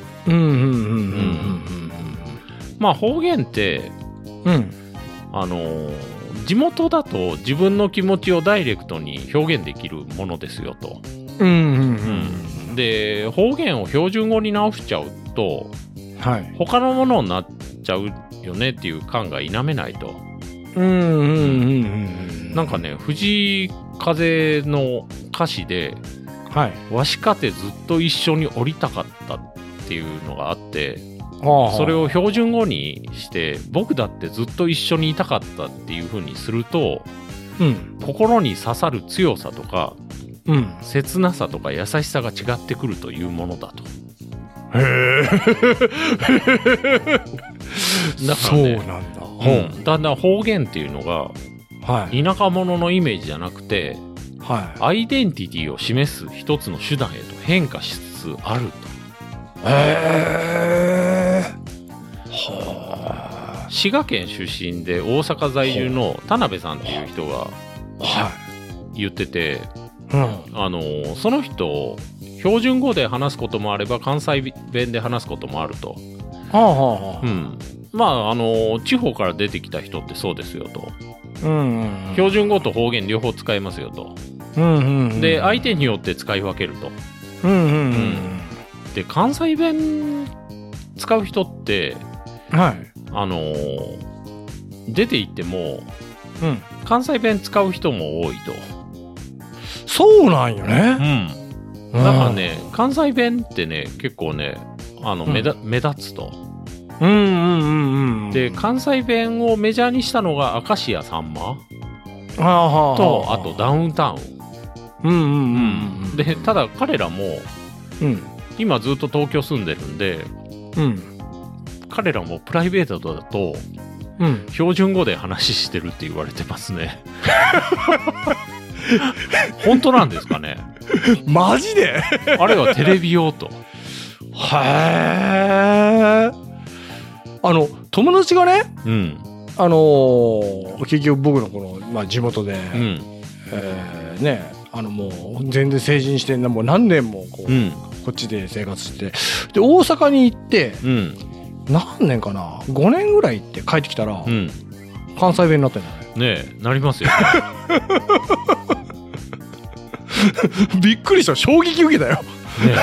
まあ方言って、うん、あのー、地元だと自分の気持ちをダイレクトに表現できるものですよと。うんうんうんうん、で方言を標準語に直しちゃうと、はい、他のものになっちゃうよねっていう感が否めないと。うんうんうんうん、なんかね、藤井風の歌詞で、はい、わしかてずっと一緒に降りたかったっていうのがあって、はあ、それを標準語にして僕だってずっと一緒にいたかったっていう風にすると、うん、心に刺さる強さとか、うん、切なさとか優しさが違ってくるというものだと。へえだからね、そうなんだ、うん、だんだん方言っていうのが、はい、田舎者のイメージじゃなくて、はい、アイデンティティを示す一つの手段へと変化しつつあると。へ滋賀県出身で大阪在住の田辺さんっていう人がは言ってて、 い。うん。 あのその人標準語で話すこともあれば関西弁で話すこともあると。 はあはあはあ。 うんまああの地方から出てきた人ってそうですよと。 うんうんうん。 標準語と方言両方使えますよと。 うんうんうん。 で相手によって使い分けると。 うんうんうんで関西弁使う人ってうん。はい。 あの出て行ってもうん。 関西弁使う人も多いと。 そうなんようね。 ん。だからね、関西弁ってね、結構ね、あの、 うん目だ目立つと。 うんうんうんうん。 で、関西弁をメジャーにしたのが明石家さんまはあはあはあ、 と、あとダウンタウン。 うんうんうん。 で、ただ彼らも、 うん。 今ずっと東京住んでるんで、 うん。 彼らもプライベートだと、 うん。 標準語で話してるって言われてますね。本当なんですかね。 マジであれはテレビ用と。 へえ。あの、友達がね、 うん。 あのー結局僕のこの、まあ、地元で、 うん。 えーね、あのもう全然成人してもう何年もこう、 うん。 こっちで生活して、で、大阪に行って、 うん。 何年かな ?ご 年ぐらい行って帰ってきたら、 うん。 関西弁になってんだね。 ねえ、なりますよ。 びっくりした。衝撃受けたよ。 ね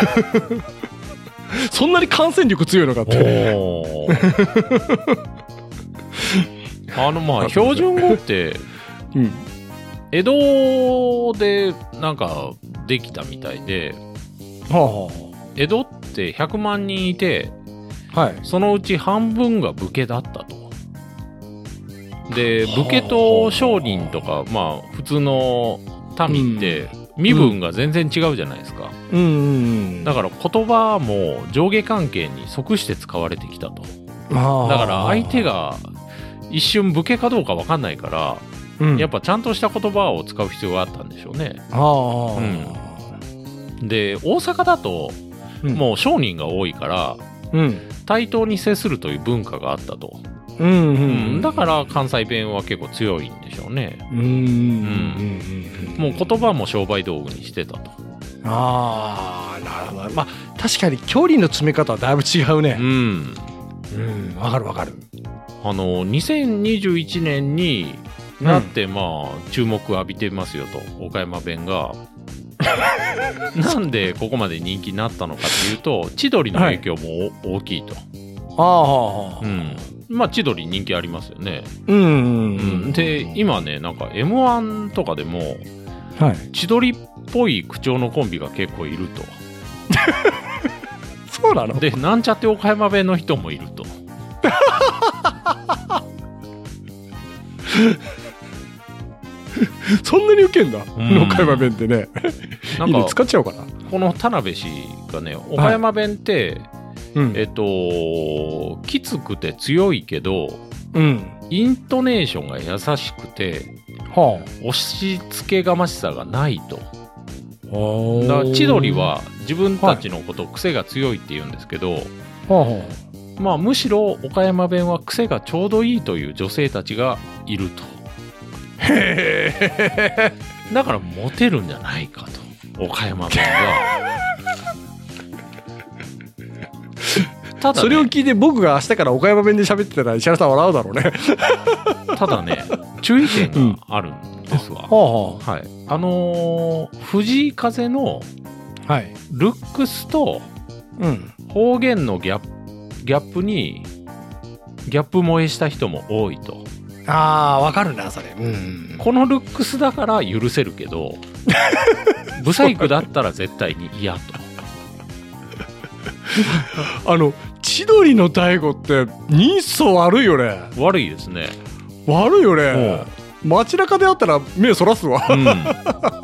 そんなに感染力強いのかっえ。 て。 おーあの、まあ、標準語って、 うん。 江戸でなんかできたみたいで、 は江戸ってひゃくまん人いて、 あはあ、はい。 そのうち半分が武家だったと。で、武家と商人とか、まあ、普通の民って、身分が全然違うじゃないですか。 うんうんうん。 だから言葉も上下関係に即して使われてきたと。 らだから相手、が一瞬武家かどうか分かんないから、 うん、 やっぱちゃんとした言葉を使う必要があったんでしょうね。 ああ、 で、大阪だとうん、 もう商人が多いから、 うん。 対等に接するという文化があったと。 うんうん。 うんだから関西弁は結構強いんでしょうね。 うんうんうんうん。 もう言葉も商売道具にしてたと。 ああ、なるほど。まあ、確かに距離の詰め方はだいぶ違うねう。ん。 うん、わかるわかる。 あの、にせんにじゅういちねんになって、まあ、注目浴びてますよと、岡山弁が。なんでここまで人気になったのかっていうと、千鳥の影響も大きいと。 ああ、はあ、 うん。まあ、千鳥人気ありますよね。 うんうんううんん。 で、今ね、なんか エムワン とかでも、 はい。 千鳥っぽい口調のコンビが結構いると。 そうなの？ で、なんちゃって岡山弁の人もいると。 そんなにウケんだ。 ん岡山弁ってね。いいね、 なんか、 使っちゃおうかな。 この田辺氏がね、岡山弁って、 うん。 えっと、きつくて強いけど、 うん。 イントネーションが優しくて、 は押し付けがましさがないと。 あ。 だから千鳥は自分たちのこと癖が強いって言うんですけど、 はあはまあむしろ岡山弁は癖がちょうどいいという女性たちがいると。 あ。へえ。 だからモテるんじゃないかと。岡山弁が。ただね、 それを聞いて僕が明日から岡山弁で喋ってたら石原さん笑うだろうね。 ただね、注意点があるんですわ。 ははい。あのー藤井風のあ。はい。 ルックスとうん。 方言のギャップ、ギャップに、ギャップ萌えした人も多いと。 ああ、わかるな、それ。うん。 このルックスだから許せるけど、ブサイクだったら絶対に嫌と。 あの、千鳥の大悟って人相悪いよね。 悪いですね。 悪いよね。街中であったら目そらすわ。 うん。あ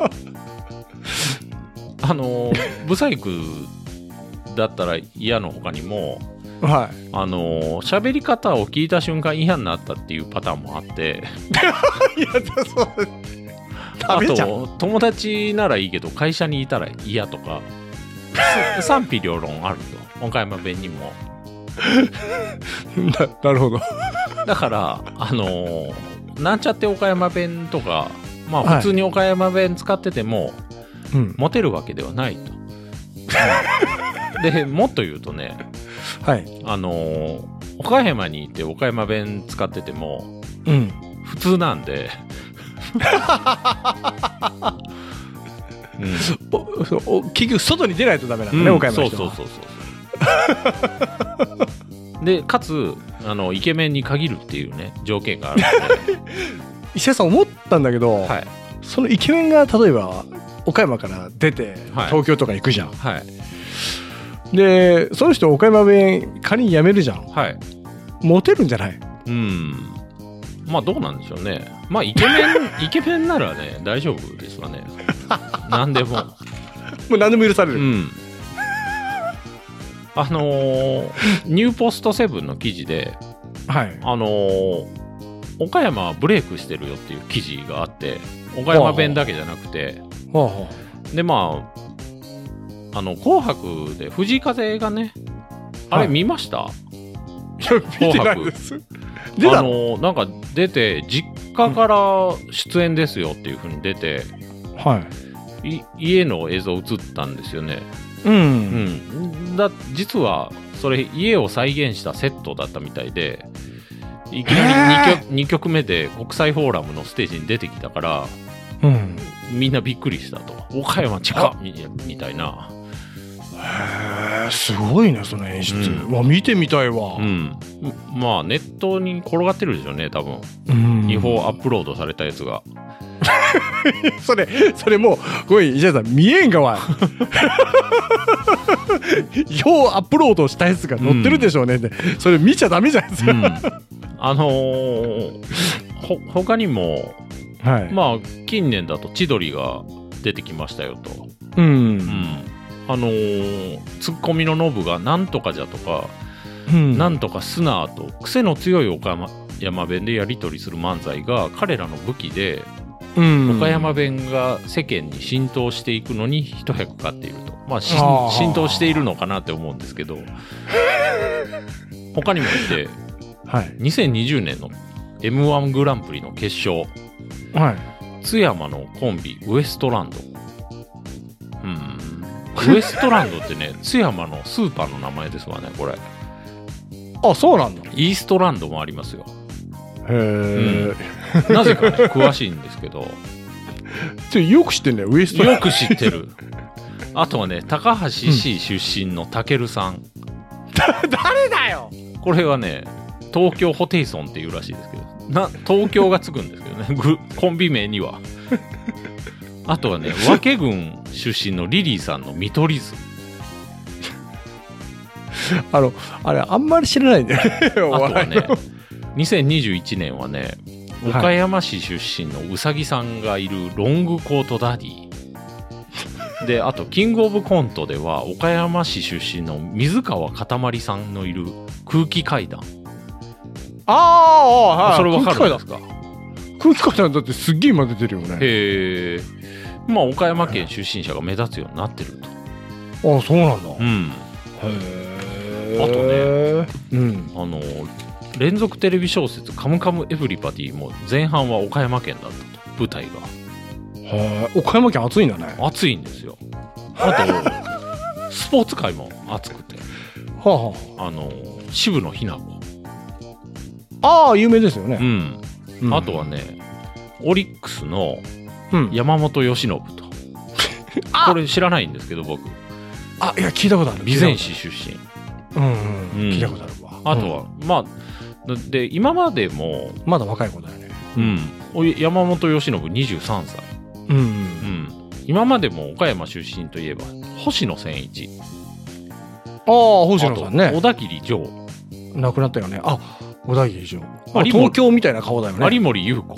のー、ブサイクだったら嫌の他にも、 はあのー、喋り方を聞いた瞬間嫌になったっていうパターンもあって、 い。いや、そう。 あダメじゃん。 と、友達ならいいけど会社にいたら嫌とか、賛否両論あると。岡山弁にも。 ななるほど。 だからあのー、なんちゃって岡山弁とかまあ普通に岡山弁使ってても、はい、モテるわけではないと、うん、でもっと言うとね、はい、あのー、岡山にいて岡山弁使ってても、うん、普通なんでうん、 おお結局外に出ないとダメなんだね、うん、岡山の人は。そうそうそうそうでかつあのイケメンに限るっていうね条件があるので石田さん思ったんだけど、はい、そのイケメンが例えば岡山から出て、はい、東京とか行くじゃん、はい、でその人岡山弁仮に辞めるじゃん、はい、モテるんじゃない？ うん、まあどうなんでしょうね。まあイケメンイケメンならね大丈夫ですわね。何でももう何でも許される、うん、 あのー、ニューポストセブンの記事で、はい、あのー、岡山はブレイクしてるよっていう記事があって岡山弁だけじゃなくて、はあはあ、でまああの紅白で藤井風がねあれ見ました？はい、 見てないです。 出たの？あのなんか出て実家から出演ですよっていう風に出て、はい、い家の映像映ったんですよね。うん、うん、だ実はそれ家を再現したセットだったみたいでいきなり 2, 曲にきょくめで国際フォーラムのステージに出てきたから、うん、みんなびっくりしたと。岡山近っ み, みたいな。 へーすごいねその演出、うん、わ見てみたいわ、うん、 まあネットに転がってるでしょうね多分、うん、違法アップロードされたやつがそれそれもうごめん石田さん見えんがわ違法アップロードしたやつが載ってるでしょうね、うん、それ見ちゃダメじゃないですか、うん、 あのー、ほ他にも、はい、まあ近年だと千鳥が出てきましたよと、うん、うんあのー、ツッコミのノブがなんとかじゃとか、うん、なんとかすなーと癖の強い岡山弁でやり取りする漫才が彼らの武器で、うん、岡山弁が世間に浸透していくのに一役買っていると、まあ、浸透しているのかなって思うんですけど他にもいて、はい、にせんにじゅうねんの エムワン グランプリの決勝、はい、津山のコンビウエストランド、うんウエストランドってね津山のスーパーの名前ですわねこれ。 あそうなんだ。 イーストランドもありますよ。 へえ、 うん、なぜかね詳しいんですけどよく知ってんねウエストランド。 よく知ってる。あとはね高橋市出身のたけるさん、うん、 誰だよこれはね東京ホテイソンっていうらしいですけどな東京がつくんですけどねコンビ名にはあとはね和気郡出身のリリーさんの見取り図あのあれあんまり知らないんだよね。あとはねにせんにじゅういちねんはね岡山市出身のうさぎさんがいるロングコートダディであとキングオブコントでは岡山市出身の水川かたまりさんのいる空気階段。 ああ、はい、 それ分かるんですか？ 空気階段だってすっげえ今出てるよね。 へえ。まあ岡山県出身者が目立つようになってると。ああそうなんだ。うん。 へえ。あとね、うん、あの連続テレビ小説カムカムエヴリバディも前半は岡山県だったと舞台が。 へえ。岡山県暑いんだね。 暑いんですよ。あとスポーツ界も暑くて。はあはあ。あの渋野日向子。 ああ有名ですよね。 うん。うん、あとはねオリックスの山本由伸と、うん、これ知らないんですけど僕あいや聞いたことある。 備前市出身。うん、うんうん、 聞いたことあるわ。 あとは、うん、まあで今までもまだ若い子だよね。 うん、山本由伸にじゅうさんさい、うんうんうん、今までも岡山出身といえば星野千一、 ああ星野さんね、 小田切丈亡くなったよね。あ小田切丈東京みたいな顔だよね。 有森裕子、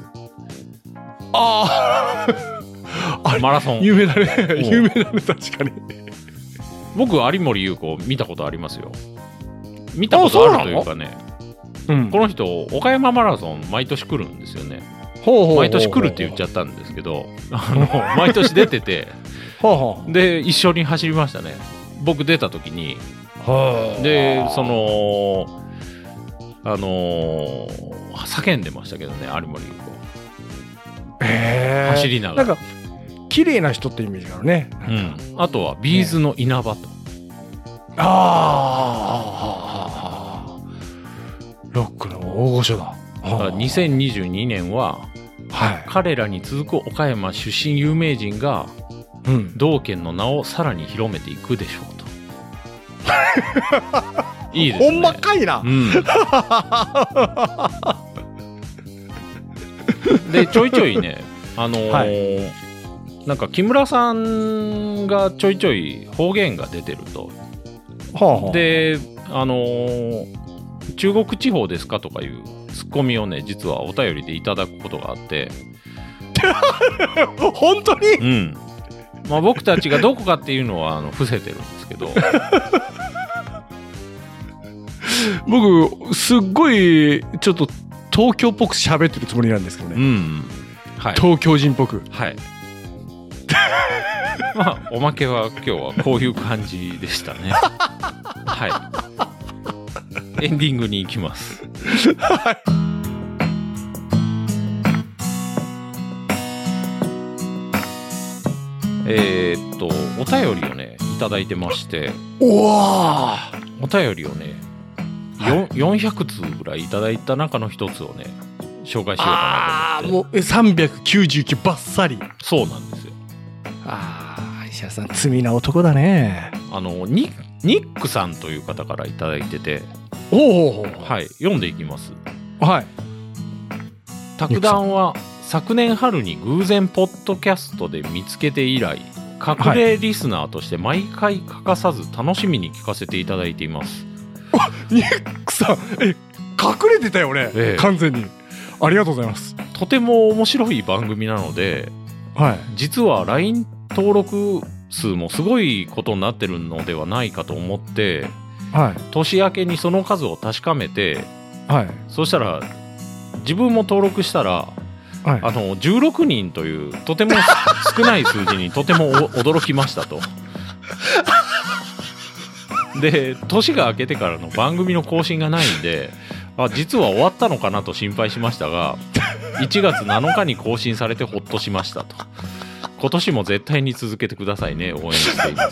ああマラソン有名だね有名だね確かに。 僕有森裕子見たことありますよ。見たことあるというかね、うん、この人岡山マラソン毎年来るんですよね。ほうほうほうほう、毎年来るって言っちゃったんですけどあの毎年出ててほうほうで一緒に走りましたね僕出た時に。でそのあのー、叫んでましたけどね、有森裕子。 へー走りながら。 なんか綺麗な人ってイメージがあるね。 うん。あとはビーズの稲葉と。ね、 ああ。ロックの大御所だ。 にせんにじゅうにねんは、 はい、 彼らに続く岡山出身有名人が、うん、同県の名をさらに広めていくでしょうと。いいですね。 ほんまかいな。うん、 でちょいちょいね、あのーはい、なんか木村さんがちょいちょい方言が出てると。はあはあ、で、あのー、中国地方ですかとかいうツッコミをね、実はお便りでいただくことがあって。 本当に？ うん。まあ、僕たちがどこかっていうのはあの伏せてるんですけど。 僕すっごいちょっと東京っぽく喋ってるつもりなんですけどね。うん、はい、東京人っぽく。はい。 まあおまけは今日はこういう感じでしたね。はい。エンディングに行きます。はい。えー、っとお便りをねいただいてまして、 おわお便りをね、はい、よんひゃくつうぐらいいただいた中の一つをね紹介しようかなと思って。 ああもうさんびゃくきゅうじゅうきゅうバッサリ。 そうなんですよ。 ああ石原さん罪な男だね。 あのニニックさんという方からいただいてて、 おおはい、読んでいきます。 はい。 卓談は昨年春に偶然ポッドキャストで見つけて以来、隠れリスナーとして毎回欠かさず楽しみに聞かせていただいています。 あ、ニックさん、え、隠れてたよね、ええ、完全に。ありがとうございます。 とても面白い番組なので、はい、実は ライン 登録数もすごいことになってるのではないかと思って、はい、年明けにその数を確かめて、はい、そしたら自分も登録したら、はい、あのじゅうろくにんというとても少ない数字にとても驚きましたと。で年が明けてからの番組の更新がないんで、あ実は終わったのかなと心配しましたが、いちがつなのかに更新されてほっとしましたと。今年も絶対に続けてくださいね、応援しています。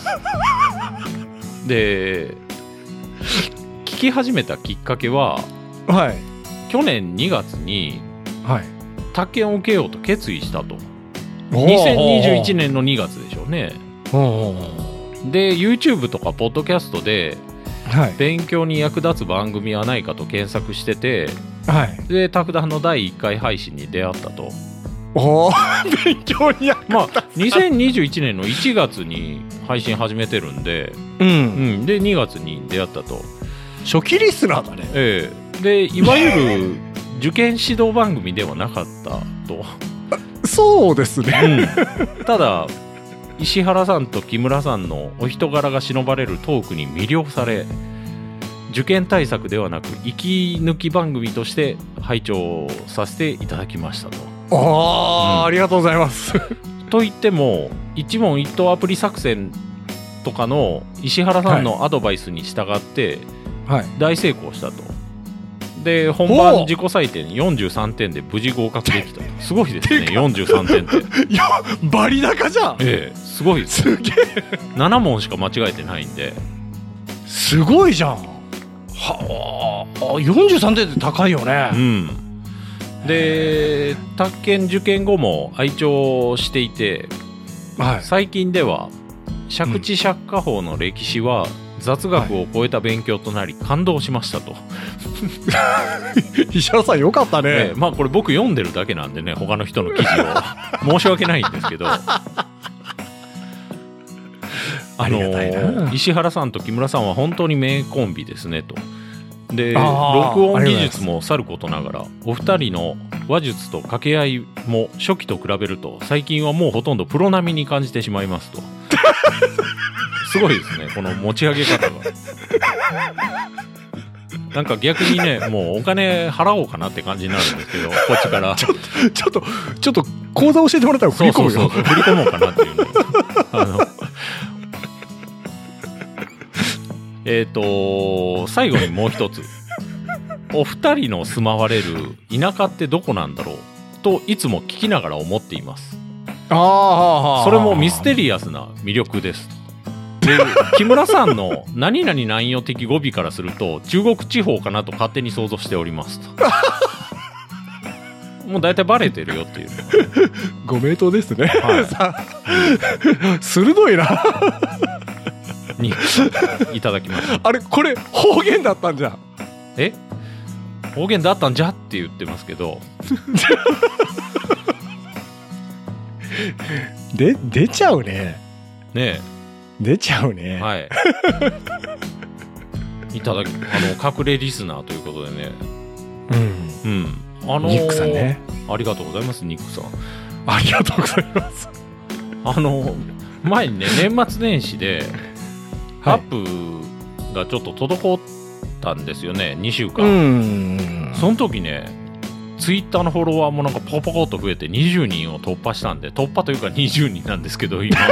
で聞き始めたきっかけは、はい、去年にがつに、はい、宅建を受けようと決意したと。にせんにじゅういちねんのにがつでしょうね。で YouTube とかポッドキャストで、はい、勉強に役立つ番組はないかと検索してて、はい、で卓談のだいいっかい配信に出会ったと。 お勉強に役立つ、 まあ、にせんにじゅういちねんのいちがつに配信始めてるんで、うんうん、でにがつに出会ったと。 初期リスナーだね。 ええ、でいわゆる受験指導番組ではなかったと。 そうですね、 うん、ただ石原さんと木村さんのお人柄が忍ばれるトークに魅了され、受験対策ではなく息抜き番組として拝聴させていただきましたと。 あ、うん、ありがとうございます。 と言っても一問一答アプリ作戦とかの石原さんのアドバイスに従って大成功したと。で本番自己採点よんじゅうさんてんで無事合格できた。すごいですね。よんじゅうさんてんって。 いやバリ高じゃん。 ええ、すごいです。 すげえ。 なな問しか間違えてないんで。 すごいじゃん。はあ、よんじゅうさんてんって高いよね。 うん。で宅建受験後も愛聴していて、はい、最近では借地借家法の歴史は雑学を超えた勉強となり感動しましたと。 石原さんよかったね。 ね、まあこれ僕読んでるだけなんでね、他の人の記事を申し訳ないんですけど、あの石原さんと木村さんは本当に名コンビですねと。で録音技術もさることながらお二人の話術と掛け合いも初期と比べると最近はもうほとんどプロ並みに感じてしまいますと。すごいですね、この持ち上げ方が。なんか逆にね、もうお金払おうかなって感じになるんですけど、こっちからちょっとちょっとちょっと口座教えてもらったら振り込むよ。 そうそうそう、振り込もうかなっていうの。あのえっと最後にもう一つ、 お二人の住まわれる田舎ってどこなんだろうといつも聞きながら思っています。 ああ、 それもミステリアスな魅力です。で木村さんの何々南予的語尾からすると中国地方かなと勝手に想像しておりますともう大体バレてるよっていうご名答ですね、 はいうん、鋭いなにいただきました。 あれこれ方言だったんじゃん。 え方言だったんじゃって言ってますけどで出ちゃうね。 ね出ちゃうね。 えはいいただきあの隠れリスナーということでね、 うんうんあのー、 ニックさんね、 ありがとうございます。ニックさんありがとうございます。 あの前にね年末年始で、はい、アップがちょっと滞ったんですよねにしゅうかん。うんその時ねツイッターのフォロワーもなんかポコポコっと増えてにじゅうにんを突破したんで、突破というかにじゅうにんなんですけど今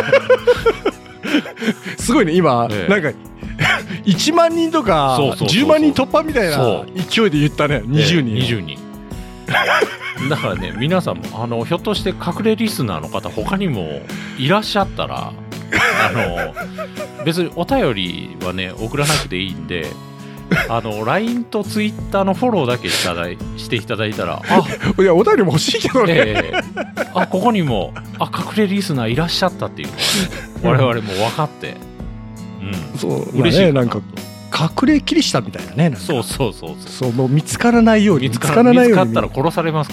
すごいね今、ええ、なんかいちまんにんとかじゅうまんにん突破みたいな勢いで言ったね。にじゅうにん、 ええ、にじゅうにんだからね皆さんもあのひょっとして隠れリスナーの方他にもいらっしゃったらあの別にお便りはね送らなくていいんであの ライン と ツイッター のフォローだけいただいしていただいたらあいやお便りも欲しいけどね、 えー、あここにもあ隠れリスナーいらっしゃったっていうのはね我々も分かって、うん、 そう嬉しいかな。なんか隠れキリシタンみたいなね。なんかそうそうそうそうそうもう見つからないように見つからないように見つかったら殺されます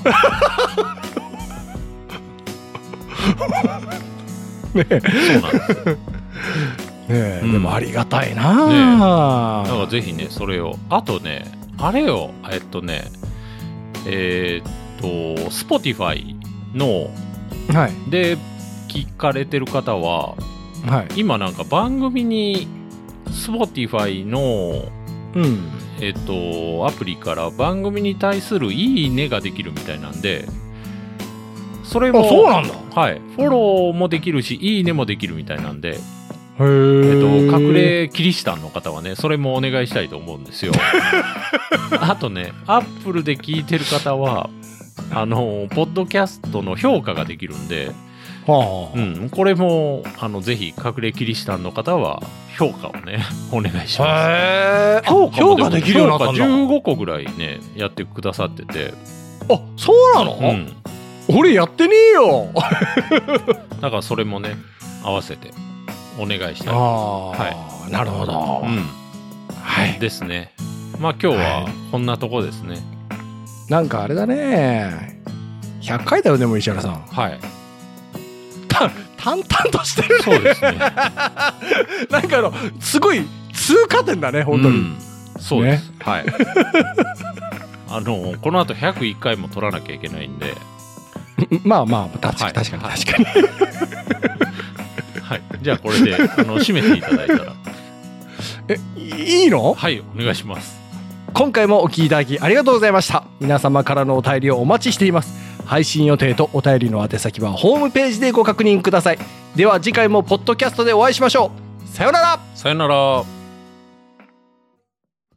からねそうなんですねえ、うん、でもありがたいな、 ね、だからぜひねそれをあとねあれよえっとねえー、っと Spotify の、はい、で聞かれてる方は、はい、今なんか番組に Spotify の、うんえっとアプリから番組に対するいいねができるみたいなんで、それもあそうなんだ、 はい、フォローもできるしいいねもできるみたいなんで、 へー、 えっと、隠れキリシタンの方はねそれもお願いしたいと思うんですよあとねアップルで聞いてる方はあのポッドキャストの評価ができるんで、はあうん、これもあのぜひ隠れキリシタンの方は評価をねお願いします。 へー、評価も評価できるようになったんだ。 評価じゅうごこぐらいねやってくださってて。 あそうなの、うん、俺やってねえよだからそれもね合わせてお願いしたい。あ、 はい、なるほど、うん、 はい、ですね。まあ今日はこんなとこですね、はい、 なんかあれだねひゃっかいだよねもう石原さん。 はいた淡々としてるね。 そうですねなんかあのすごい通過点だね本当に、うん、 そうです、ね、はいあのこの後ひゃくいっかいも取らなきゃいけないんでまあまあ確かに確かに確かに、 はい、じゃあこれであの締めていただいたらえいいの？ はいお願いします。 今回もお聞きいただきありがとうございました。皆様からのお便りをお待ちしています。配信予定とお便りの宛先はホームページでご確認ください。では次回もポッドキャストでお会いしましょう。さよなら。 さよなら。